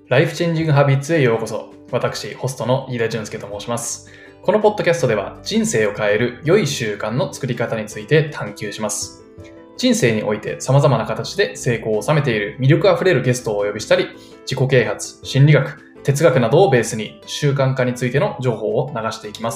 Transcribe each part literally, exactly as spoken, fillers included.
ライフチェンジングハビッツへようこそ。私、ホストの飯田俊介と申します。このポッドキャストでは人生を変える良い習慣の作り方について探求します。人生において様々な形で成功を収めている魅力あふれるゲストをお呼びしたり、自己啓発、心理学、哲学などをベースに習慣化についての情報を流していきます。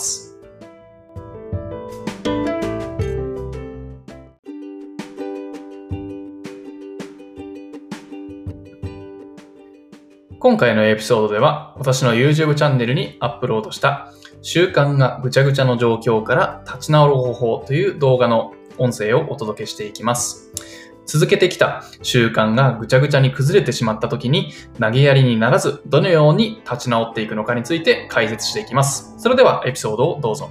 今回のエピソードでは私の YouTube チャンネルにアップロードした習慣がぐちゃぐちゃの状況から立ち直る方法という動画の音声をお届けしていきます。続けてきた習慣がぐちゃぐちゃに崩れてしまった時に投げやりにならずどのように立ち直っていくのかについて解説していきます。それではエピソードをどうぞ。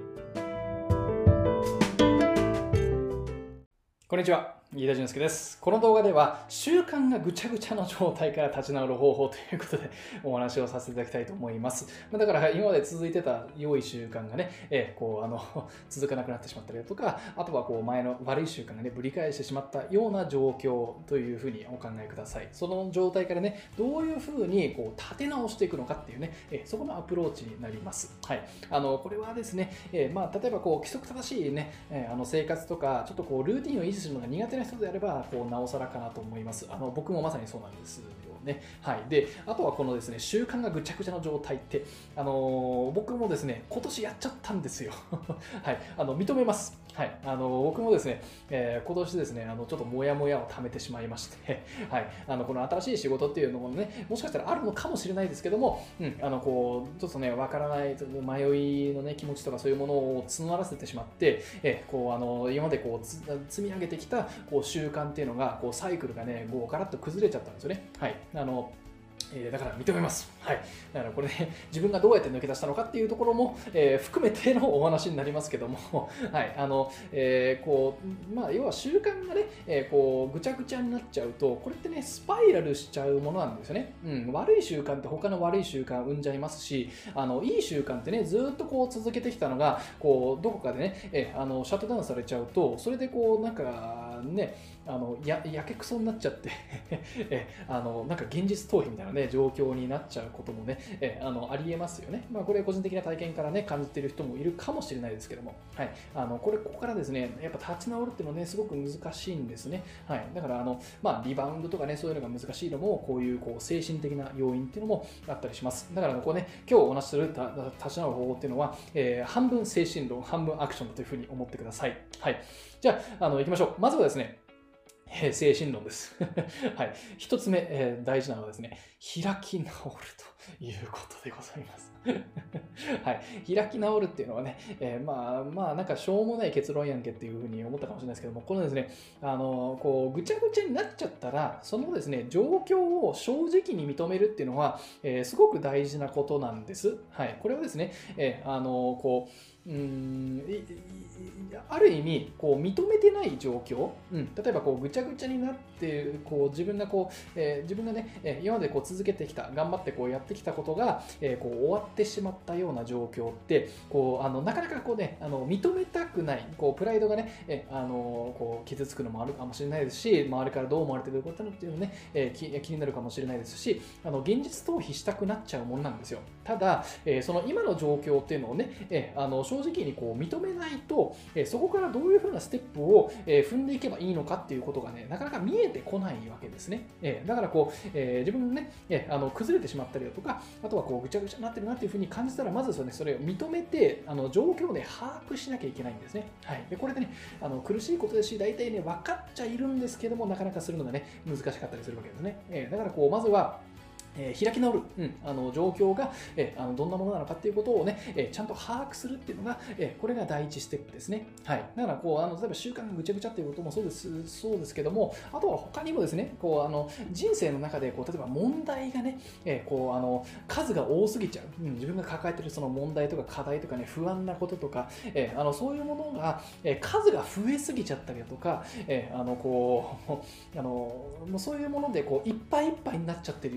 こんにちは。飯田俊介です。この動画では習慣がぐちゃぐちゃの状態から立ち直る方法ということでお話をさせていただきたいと思います。だから今まで続いてた良い習慣がね、えー、こうあの続かなくなってしまったりだとか、あとはこう前の悪い習慣がねぶり返してしまったような状況というふうにお考えください。その状態からねどういうふうにこう立て直していくのかっていうね、えー、そこのアプローチになります。はい。あのこれはですね、えー、まあ例えばこう規則正しいね、えー、あの生活とかちょっとこうルーティンを維持するのが苦手な人であればこうなおさらかなと思います。あの僕もまさにそうなんですよね。はい。で、あとはこのですね習慣がぐちゃぐちゃの状態って、あのー、僕もですね今年やっちゃったんですよ。はい。あの認めます。はい。あのー、僕もですね、えー、今年ですねあのちょっとモヤモヤを溜めてしまいまして、はい。あのこの新しい仕事っていうのもねもしかしたらあるのかもしれないですけども、うん、あのこうちょっとねわからない迷いのね気持ちとかそういうものを募らせてしまって、えー、こうあの今までこう積み上げてきたこう習慣っていうのがこうサイクルがねこうガラッと崩れちゃったんですよね。はい。あのえー、だから認めます。はい。だからこれね、自分がどうやって抜け出したのかっていうところも、えー、含めてのお話になりますけども、はい。あの、えー、こう、まあ、要は習慣がね、えー、こう、ぐちゃぐちゃになっちゃうと、これってね、スパイラルしちゃうものなんですよね。うん。悪い習慣って他の悪い習慣生んじゃいますし、あの、いい習慣ってね、ずっとこう続けてきたのが、こう、どこかでね、えー、あの、シャットダウンされちゃうと、それでこう、なんか、ね、あのややけくそになっちゃってえあのなんか現実逃避みたいな、ね、状況になっちゃうこともねえあのありえますよね。まあ、これ個人的な体験からね感じている人もいるかもしれないですけども、はい、あのこれここからですねやっぱ立ち直るっていうのはねすごく難しいんですね。はい、だからあの、まあ、リバウンドとかねそういうのが難しいのもこういうこう精神的な要因っていうのもあったりします。だからこうね今日お話しする立ち直る方法っていうのは、えー、半分精神論半分アクションというふうに思ってください。はい、じゃあ、あの行きましょう。まずはですねえー、精神論です。はい。一つ目、えー、大事なのはですね、開き直るということでございます。はい。開き直るっていうのはね、えー、まあ、まあ、なんかしょうもない結論やんけっていうふうに思ったかもしれないですけども、このですね、あの、こう、ぐちゃぐちゃになっちゃったら、そのですね、状況を正直に認めるっていうのは、えー、すごく大事なことなんです。はい。これはですね、えー、あの、こう、うーんある意味こう認めてない状況、うん、例えばこうぐちゃぐちゃになってこう自分がこう、えー、自分がね、えー、今までこう続けてきた頑張ってこうやってきたことが、えー、こう終わってしまったような状況ってこうあのなかなかこうねあの認めたくないこうプライドがね、えー、あのこう傷つくのもあるかもしれないですし周りからどう思われていることっていうのもね、えー、気, 気になるかもしれないですしあの現実逃避したくなっちゃうものなんですよ。ただ、えー、その今の状況っていうのをね、えー、あの正直にこう認めないと、えー、そこからどういうふうなステップを、えー、踏んでいけばいいのかっていうことがねなかなか見えてこないわけですね。えー、だからこう、えー、自分ね、えー、あの崩れてしまったりだとかあとはこうぐちゃぐちゃになってるなっていうふうに感じたらまずそれ、ね、それを認めてあの状況をね把握しなきゃいけないんですね。はい、でこれでねあの苦しいことですし大体ね分かっちゃいるんですけどもなかなかするのがね難しかったりするわけですね。えー、だからこうまずはえー、開き直る、うん、あの状況が、えー、あのどんなものなのかっていうことをね、えー、ちゃんと把握するっていうのが、えー、これが第一ステップですね。はい。だからこうあの例えば習慣がぐちゃぐちゃっていうこともそうですそうですけども、あとは他にもですね、こうあの人生の中でこう例えば問題がね、えー、こうあの数が多すぎちゃう、うん、自分が抱えているその問題とか課題とかね不安なこととか、えー、あのそういうものが、えー、数が増えすぎちゃったりだとか、えー、あのこうあのもうそういうものでこういっぱいいっぱいになっちゃってるような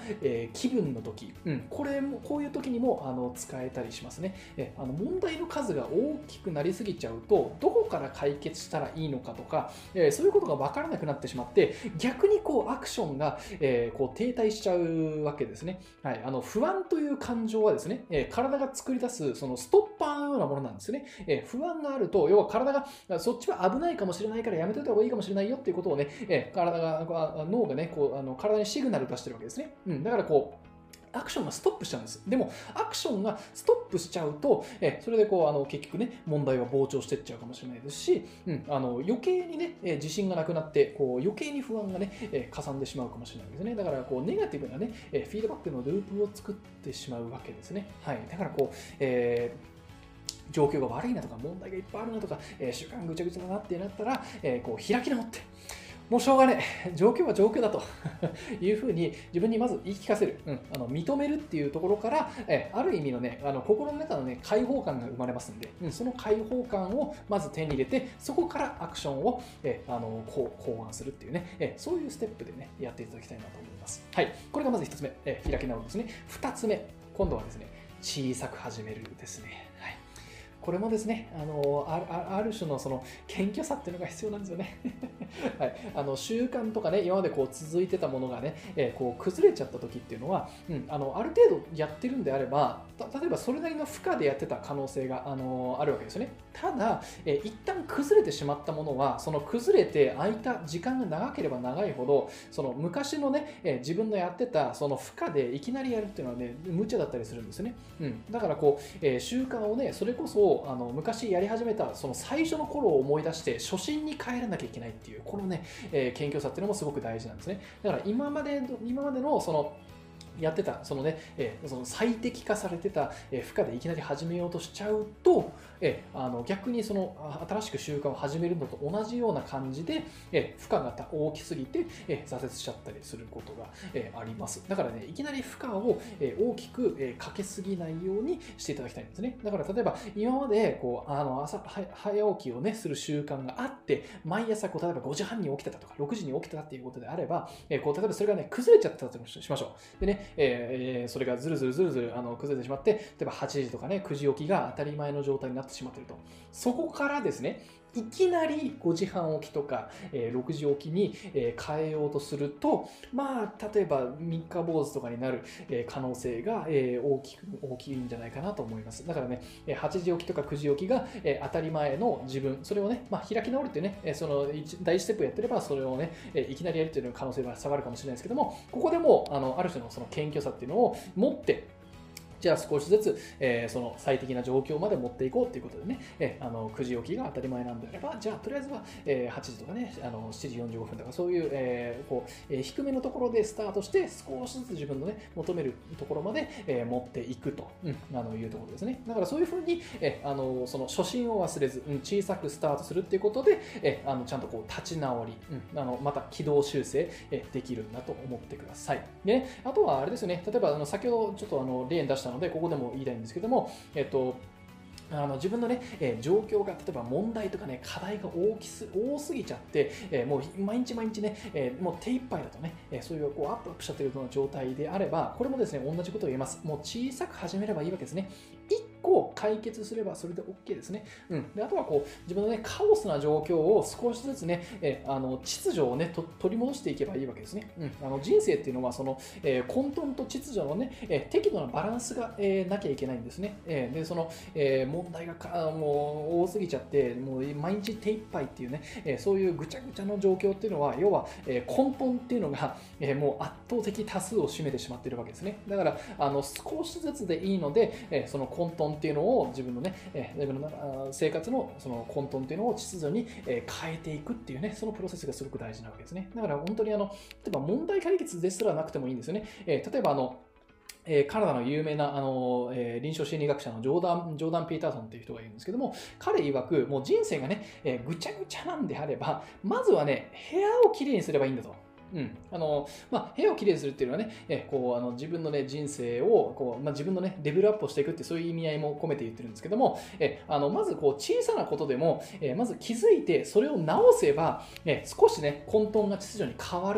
えー、気分の時、うん、これもこういう時にもあの使えたりしますね。えー、あの問題の数が大きくなりすぎちゃうとどこから解決したらいいのかとか、えー、そういうことが分からなくなってしまって逆にこうアクションが、えー、こう停滞しちゃうわけですね。はい、あの不安という感情はですね、えー、体が作り出すそのストッパーのようなものなんですよね。えー、不安があると要は体がそっちは危ないかもしれないからやめといた方がいいかもしれないよっていうことをね、えー、体が脳がねこうあの体にシグナルを出してるわけですね。うん、だからこうアクションがストップしちゃうんです。でも、アクションがストップしちゃうと、えそれでこうあの結局ね、問題は膨張していっちゃうかもしれないですし、うん、あの余計にね、え自信がなくなって、こう余計に不安がね、えかさんでしまうかもしれないですね。だからこう、ネガティブなね、えフィードバックのループを作ってしまうわけですね。はい。だからこう、えー状況が悪いなとか問題がいっぱいあるなとか、えー、習慣ぐちゃぐちゃだなってなったら、えー、こう開き直ってもうしょうがねえ状況は状況だというふうに自分にまず言い聞かせる、うん、あの認めるっていうところから、えー、ある意味のねあの心の中のね解放感が生まれますんで、うん、その解放感をまず手に入れてそこからアクションを、えー、あのこう考案するっていうね、えー、そういうステップでねやっていただきたいなと思います。はい、これがまずひとつめ、えー、開き直るですね。ふたつめ、今度はですね小さく始めるですね。はい、これもですね、あの あ, ある種のその謙虚さっていうのが必要なんですよね。はい、あの習慣とかね、今までこう続いてたものがね、えー、こう崩れちゃった時っていうのは、うん、あのある程度やってるんであれば、例えばそれなりの負荷でやってた可能性が、あのー、あるわけですよね。ただ、えー、一旦崩れてしまったものは、その崩れて空いた時間が長ければ長いほど、その昔のね、えー、自分のやってたその負荷でいきなりやるっていうのはね、無茶だったりするんですよね。うん、だからこう、えー、習慣をね、それこそあの昔やり始めたその最初の頃を思い出して初心に帰らなきゃいけないっていうこのね、えー、謙虚さっていうのもすごく大事なんですね。だから今まで今までのそのやってたそのね、えー、その最適化されてた、えー、負荷でいきなり始めようとしちゃうと、えー、あの逆にその新しく習慣を始めるのと同じような感じで、えー、負荷が大きすぎて、えー、挫折しちゃったりすることが、えー、あります。だからねいきなり負荷を、えー、大きく、えー、かけすぎないようにしていただきたいんですね。だから例えば今までこうあの朝早起きをねする習慣があって毎朝こう例えばごじはんに起きてたとかろくじに起きてたっていうことであれば、えー、こう例えばそれがね崩れちゃったとしましょう。でねえー、それがずるずるずるずるあの崩れてしまって、例えばはちじとかね、くじ起きが当たり前の状態になってしまっていると。そこからですね、いきなりごじはん起きとか、えー、ろくじ起きに、えー、変えようとすると、まあ、例えば三日坊主とかになる、えー、可能性が、えー、大きく大きいんじゃないかなと思います。だからね、はちじ起きとかくじ起きが、えー、当たり前の自分、それをね、まあ、開き直るっていうね、えー、その第一ステップやってれば、それをね、えー、いきなりやるっていう可能性が下がるかもしれないですけども、ここでもあのある種のその謙虚さっていうのを持って、じゃあ少しずつ、えー、その最適な状況まで持っていこうということでね、えー、あのくじ起きが当たり前なんであれば、じゃあとりあえずは、えー、はちじとかね、あのしちじよんじゅうごふんとかそういう、えーこうえー、低めのところでスタートして少しずつ自分のね求めるところまで、えー、持っていくと、うん、あのいうところですね。だからそういうふうに、えー、あのその初心を忘れず、うん、小さくスタートするっていうことで、えー、あのちゃんとこう立ち直り、うん、あのまた軌道修正、えー、できるんだと思ってください。で、ね、あとはあれですよね、例えばあの先ほどちょっとあの例に出したのでここでも言いたいんですけども、えっとあの自分のね、えー、状況が例えば問題とかね課題が大きす多すぎちゃって、えー、もう毎日毎日ね、えー、もう手一杯だとね、えー、そういうこうアップアップしちゃってるような状態であれば、これもですね同じことを言えます。もう小さく始めればいいわけですね。いっこ解決すればそれで OK ですね。うん、であとはこう自分のねカオスな状況を少しずつね、えー、あの秩序をねと取り戻していけばいいわけですね。うん、あの人生っていうのはその、えー、混沌と秩序のね、えー、適度なバランスが、えー、なきゃいけないんですね。えー、でその、えー、問題がかもう多すぎちゃってもう毎日手一杯っていうね、えー、そういうぐちゃぐちゃの状況っていうのは要は、えー、根本っていうのが、えー、もう圧倒的多数を占めてしまっているわけですね。だからあの少しずつでいいので、えー、その根本っていうのを自分のね、えー、自分の生活のその根本っていうのを秩序に、えー、変えていくっていうね、そのプロセスがすごく大事なわけですね。だから本当にあの例えば問題解決ですらなくてもいいんですよね。えー、例えばあのえー、カナダの有名なあの、えー、臨床心理学者のジョーダン・ジョーダン・ピーターソンっていう人がいるんですけども、彼曰くもう人生がね、えー、ぐちゃぐちゃなんであれば、まずはね部屋をきれいにすればいいんだと。うんあのまあ、部屋をきれいにするっていうのはね、えこうあの自分の、ね、人生をこう、まあ、自分の、ね、レベルアップをしていくってそういう意味合いも込めて言ってるんですけども、えあのまずこう小さなことでも、えまず気づいてそれを直せば、え少し、ね、混沌な秩序に変わるんだと。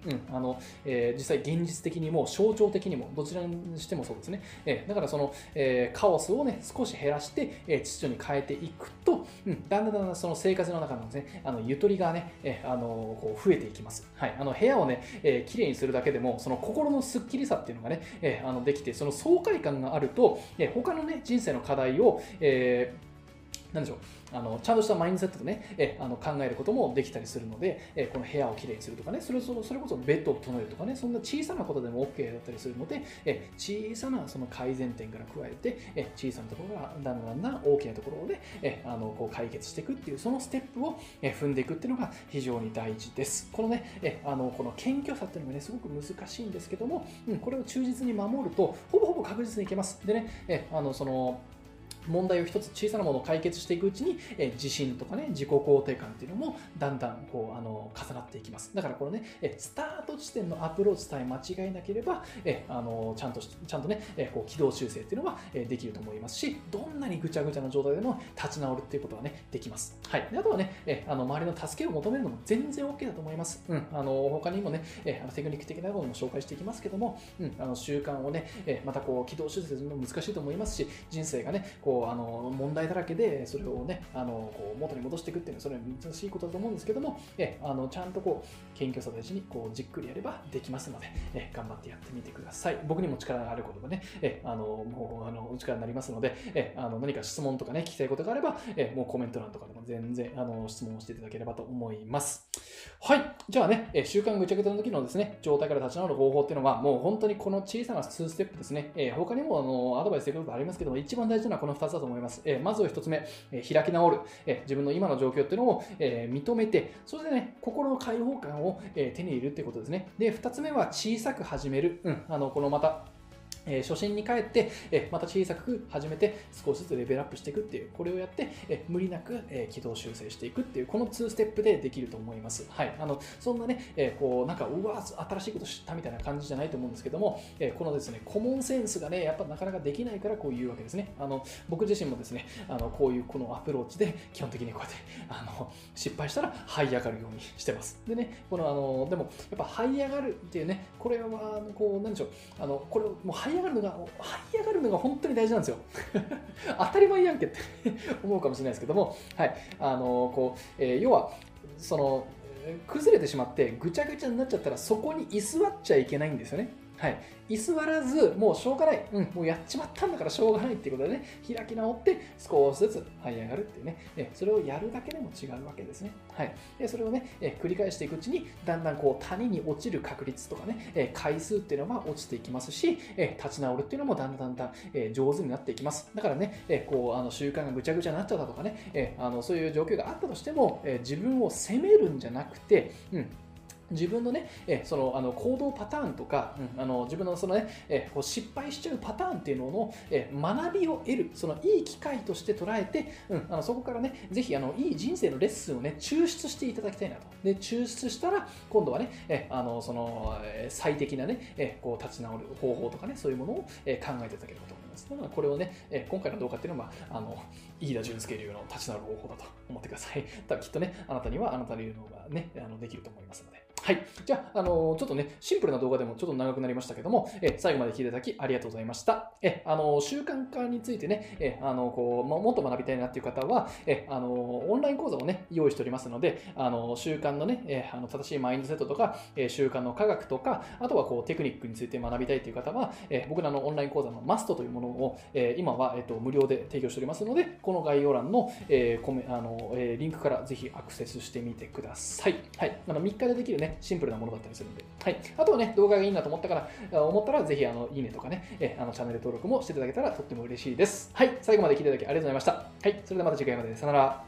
うん、あのえー、実際現実的にも象徴的にもどちらにしてもそうですね。えー、だからその、えー、カオスをね少し減らして、えー、秩序に変えていくと、うん、だんだんだんだんその生活の中のですね、あのゆとりがね、えー、あのこう増えていきます。はい、あの部屋をね、えー、きれいにするだけでもその心のスッキリさっていうのがね、えー、あのできて、その爽快感があると、えー、他のね人生の課題を、えーなんでしょう、あのちゃんとしたマインドセットでね、えあの考えることもできたりするので、えこの部屋をきれいにするとかね、それそそれこそベッドを整えるとかね、そんな小さなことでも OK だったりするので、え小さなその改善点から加えて、え小さなところがだんだんだん大きなところで、えあのこう解決していくっていう、そのステップを、え踏んでいくっていうのが非常に大事です。このね、えあのこの謙虚さっていうのがね、すごく難しいんですけども、うん、これを忠実に守ると、ほぼほぼ確実にいけます。でね、えあのその問題を一つ小さなものを解決していくうちに、え自信とかね、自己肯定感っていうのもだんだんこうあの重なっていきます。だからこのね、えスタート地点のアプローチさえ間違えなければ、えあのちゃんとちゃんとね、えこう軌道修正っていうのは、えできると思いますし、どんなにぐちゃぐちゃな状態でも立ち直るっていうことはね、できます。はい。であとはね、えあの周りの助けを求めるのも全然 OK だと思います。うん。あの他にもね、えあのテクニック的なものも紹介していきますけども、うん、あの習慣をね、えまたこう軌道修正するのも難しいと思いますし、人生がね、こうあの問題だらけでそれをね、あのこう元に戻していくっていうのはそれは難しいことだと思うんですけども、えあのちゃんとこう謙虚さと一緒にこうじっくりやればできますので、え頑張ってやってみてください。僕にも力があることがね、えあのもうあのお力になりますので、えあの何か質問とかね聞きたいことがあれば、えもうコメント欄とかでも全然あの質問をしていただければと思います。はい、じゃあね、え習慣ぐちゃぐちゃの時のですね状態から立ち直る方法っていうのはもう本当にこの小さなにステップですね。え他にもあのアドバイスすることありますけども、一番大事なのはこのふたつだと思います。えまずはひとつめ、え開き直る、え自分の今の状況っていうのを、え認めて、それでね、心の解放感を、え手に入れるっていうことですね。で、ふたつめは小さく始める。うん、あのこのまたえー、初心に帰って、えー、また小さく始めて少しずつレベルアップしていくっていう、これをやって、えー、無理なく、えー、軌道修正していくっていう、このにステップでできると思います。はい。あの、そんなね、えー、こう、なんか、うわ、新しいこと知ったみたいな感じじゃないと思うんですけども、えー、このですね、コモンセンスがね、やっぱなかなかできないからこう言うわけですね。あの、僕自身もですね、あの、こういうこのアプローチで、基本的にこうやって、あの、失敗したら這い上がるようにしてます。でね、この、あの、でも、やっぱ這い上がるっていうね、これは、あのこう、なんでしょう、あの、これをもう這い上がるのが、這い上がるのが本当に大事なんですよ。当たり前やんけって思うかもしれないですけども、はい、あのこう、えー、要はその崩れてしまってぐちゃぐちゃになっちゃったらそこに居座っちゃいけないんですよね。はい、居座らず、もうしょうがない、うん、もうやっちまったんだからしょうがないっていうことでね、開き直って少しずつ這い上がるっていうね、えそれをやるだけでも違うわけですね。はい、でそれをね、え繰り返していくうちに、だんだんこう谷に落ちる確率とかね、え回数っていうのは落ちていきますし、え立ち直るっていうのもだんだんだんだん、え上手になっていきます。だからね、えこうあの習慣がぐちゃぐちゃになっちゃったとかね、えあのそういう状況があったとしても、え自分を責めるんじゃなくて、うん自分のね、えそのあの行動パターンとか、うん、あの自分のそのね、えこう失敗しちゃうパターンっていうのの、え学びを得る、そのいい機会として捉えて、うん、あのそこからね、ぜひあのいい人生のレッスンをね、抽出していただきたいなと。で、抽出したら、今度はね、えあのそのえ最適なね、えこう立ち直る方法とかね、そういうものを、え考えていただければと思います。だからこれをね、え今回の動画っていうのは、まあ、あの飯田淳介流の立ち直る方法だと思ってください。ただきっとね、あなたにはあなた流のがね、あのできると思いますので。はい。じゃあ、あのー、ちょっとね、シンプルな動画でもちょっと長くなりましたけども、え最後まで聞いていただきありがとうございました。え、あのー、習慣化についてね、え、あのー、こう、もっと学びたいなっていう方は、え、あのオンライン講座をね、用意しておりますので、あの習慣のね、えあの正しいマインドセットとか、え習慣の科学とか、あとはこう、テクニックについて学びたいという方は、え僕らのオンライン講座のマストというものを、え今は、えっと、無料で提供しておりますので、この概要欄の、えコメあのえリンクからぜひアクセスしてみてください。はい。あのみっかでできるね、シンプルなものだったりするんで。はい。あとはね、動画がいいなと思ったから、思ったら、ぜひ、あの、いいねとかね、えあのチャンネル登録もしていただけたらとっても嬉しいです。はい。最後まで聞いていただきありがとうございました。はい。それではまた次回まで。さよなら。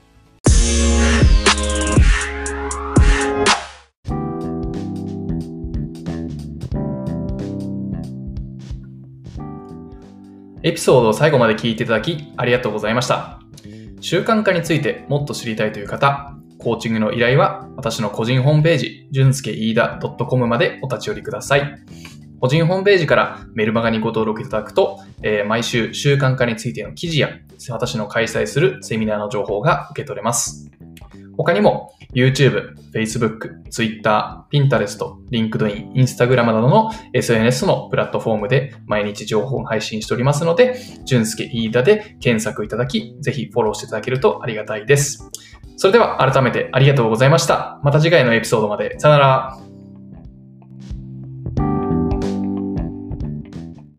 エピソードを最後まで聞いていただきありがとうございました。習慣化についてもっと知りたいという方、コーチングの依頼は私の個人ホームページ、じゅんすけいいだ .com までお立ち寄りください。個人ホームページからメルマガにご登録いただくと、えー、毎週習慣化についての記事や私の開催するセミナーの情報が受け取れます。 他にも YouTube、Facebook、Twitter、Pinterest、LinkedIn、Instagram などの エスエヌエス のプラットフォームで毎日情報を配信しておりますので、俊介飯田で検索いただき、ぜひフォローしていただけるとありがたいです。それでは改めてありがとうございました。また次回のエピソードまで。さよなら。